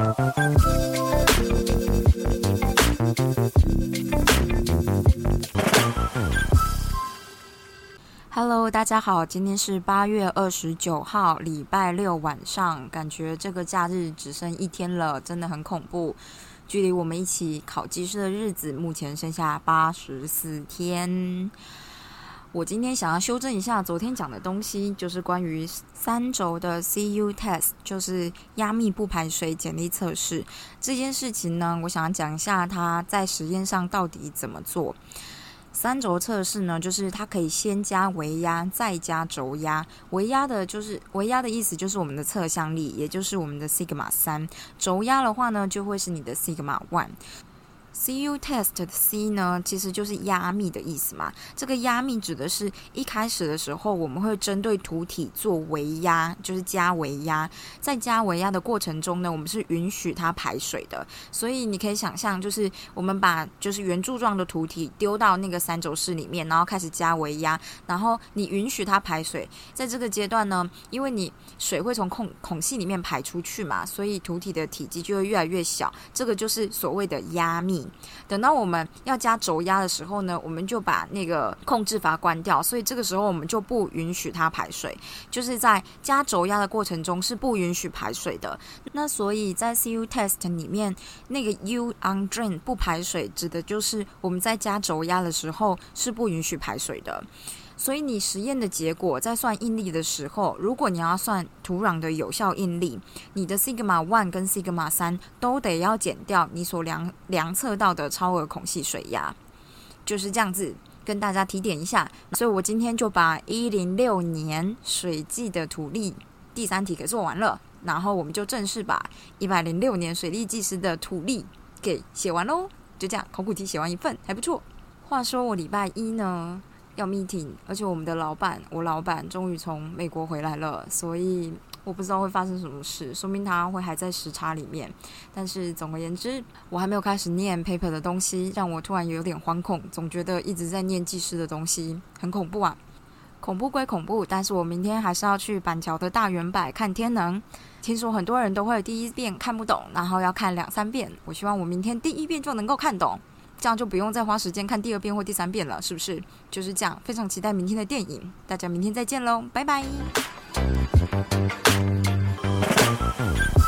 Hello， 大家好，今天是8月29号，礼拜六晚上，感觉这个假日只剩1天了，真的很恐怖。距离我们一起考技师的日子，目前剩下84天。我今天想要修正一下昨天讲的东西，就是关于3轴的 CU test， 就是压密不排水简历测试这件事情呢，我想要讲一下它在实验上到底怎么做。3轴测试呢，就是它可以先加微压，再加轴压。微压的意思就是我们的测向力，也就是我们的 sigma 3。轴压的话呢，就会是你的 sigma 1。CU test 的 C 呢，其实就是压密的意思嘛。这个压密指的是一开始的时候，我们会针对土体做微压，就是加微压。在加微压的过程中呢，我们是允许它排水的。所以你可以想象，就是我们把就是圆柱状的土体丢到那个3轴室里面，然后开始加微压，然后你允许它排水。在这个阶段呢，因为你水会从孔隙里面排出去嘛，所以土体的体积就会越来越小。这个就是所谓的压密。等到我们要加轴压的时候呢，我们就把那个控制阀关掉，所以这个时候我们就不允许它排水，就是在加轴压的过程中是不允许排水的。那所以在 CU test 里面，那个 U on drain 不排水指的就是我们在加轴压的时候是不允许排水的。所以你实验的结果在算应力的时候，如果你要算土壤的有效应力，你的 sigma 1跟 sigma 3都得要减掉你所量测到的超额孔隙水压，就是这样子跟大家提点一下。所以我今天就把106年水技的土力第3题给做完了，然后我们就正式把106年水利技师的土力给写完咯。就这样，考古题写完一份，还不错。话说我礼拜一呢要 meeting， 而且我老板终于从美国回来了，所以我不知道会发生什么事，说明他会还在时差里面。但是总而言之，我还没有开始念 paper 的东西，让我突然有点惶恐，总觉得一直在念技师的东西很恐怖啊。恐怖归恐怖，但是我明天还是要去板桥的大圆柏看天能。听说很多人都会第一遍看不懂，然后要看2-3遍，我希望我明天第1遍就能够看懂，这样就不用再花时间看第2遍或第3遍了，是不是？就是这样，非常期待明天的电影，大家明天再见咯，拜拜。